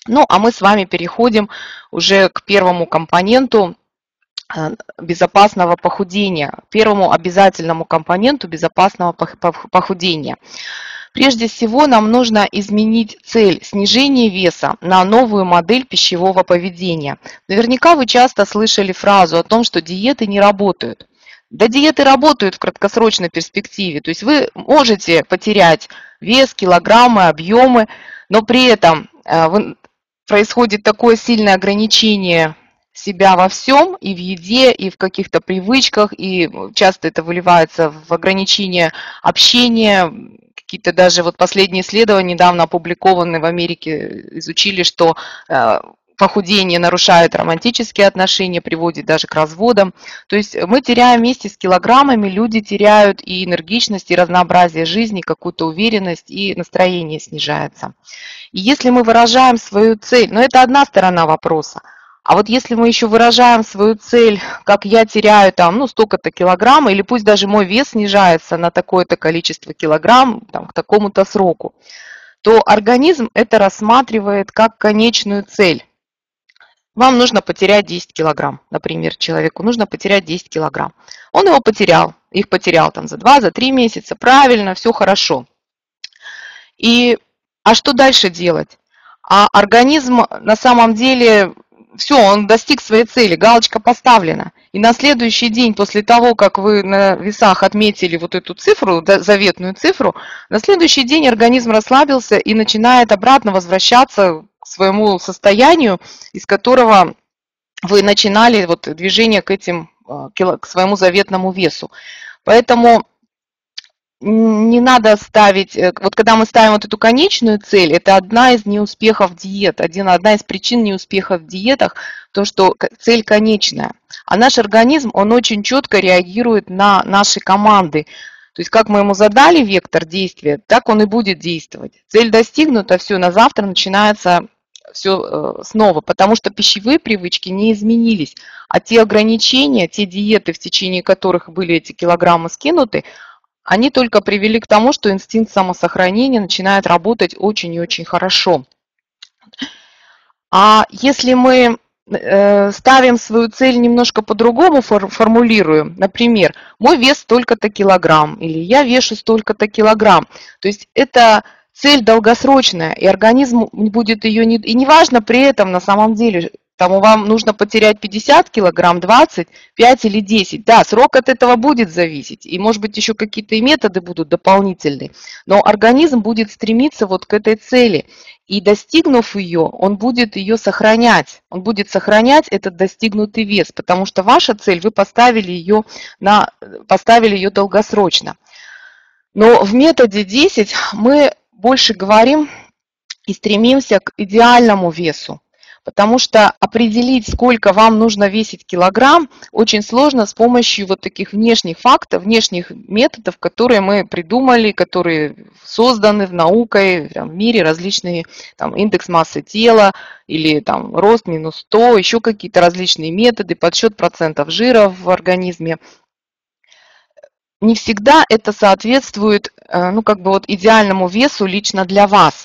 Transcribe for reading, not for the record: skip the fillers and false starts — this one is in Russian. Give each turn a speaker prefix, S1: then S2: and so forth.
S1: Ну, а мы с вами переходим уже к первому компоненту безопасного похудения, первому обязательному компоненту безопасного похудения. Прежде всего, нам нужно изменить цель снижения веса на новую модель пищевого поведения. Наверняка вы часто слышали фразу о том, что диеты не работают. Да, диеты работают в краткосрочной перспективе. То есть вы можете потерять вес, килограммы, объемы, но при этом происходит такое сильное ограничение себя во всем, и в еде, и в каких-то привычках, и часто это выливается в ограничение общения. Какие-то даже вот последние исследования, недавно опубликованные в Америке, изучили, что похудение нарушает романтические отношения, приводит даже к разводам. То есть мы теряем вместе с килограммами, люди теряют и энергичность, и разнообразие жизни, какую-то уверенность, и настроение снижается. И если мы выражаем свою цель, но это одна сторона вопроса, а вот если мы еще выражаем свою цель, как я теряю там, ну, столько-то килограмм, или пусть даже мой вес снижается на такое-то количество килограмм, там, к такому-то сроку, то организм это рассматривает как конечную цель. Вам нужно потерять 10 килограмм, например, человеку нужно потерять 10 килограмм. Он его потерял, их потерял там за 2, за 3 месяца, правильно, все хорошо. А что дальше делать? А организм на самом деле, все, он достиг своей цели, галочка поставлена. И на следующий день, после того, как вы на весах отметили вот эту цифру, заветную цифру, на следующий день организм расслабился и начинает обратно возвращаться к своему состоянию, из которого вы начинали вот движение к своему заветному весу. Поэтому не надо ставить, вот когда мы ставим вот эту конечную цель, это одна из неуспехов диет, одна из причин неуспеха в диетах, то, что цель конечная. А наш организм, он очень четко реагирует на наши команды. То есть как мы ему задали вектор действия, так он и будет действовать. Цель достигнута, все, на завтра начинается все снова, потому что пищевые привычки не изменились, а те ограничения, те диеты, в течение которых были эти килограммы скинуты, они только привели к тому, что инстинкт самосохранения начинает работать очень и очень хорошо. А если мы ставим свою цель немножко по-другому, формулируем, например, мой вес столько-то килограмм, или я вешу столько-то килограмм, то есть это цель долгосрочная, и организм будет ее не... И неважно при этом на самом деле, там вам нужно потерять 50 килограмм, 20, 5 или 10. Да, срок от этого будет зависеть, и может быть еще какие-то и методы будут дополнительные, но организм будет стремиться вот к этой цели. И достигнув ее, он будет ее сохранять. Он будет сохранять этот достигнутый вес, потому что ваша цель, вы поставили ее долгосрочно. Но в методе 10 мы больше говорим и стремимся к идеальному весу. Потому что определить, сколько вам нужно весить килограмм, очень сложно с помощью вот таких внешних фактов, внешних методов, которые мы придумали, которые созданы в наукой, в мире, различные там, индекс массы тела или там, рост минус 100, еще какие-то различные методы, подсчет процентов жира в организме. Не всегда это соответствует, ну, как бы вот идеальному весу лично для вас.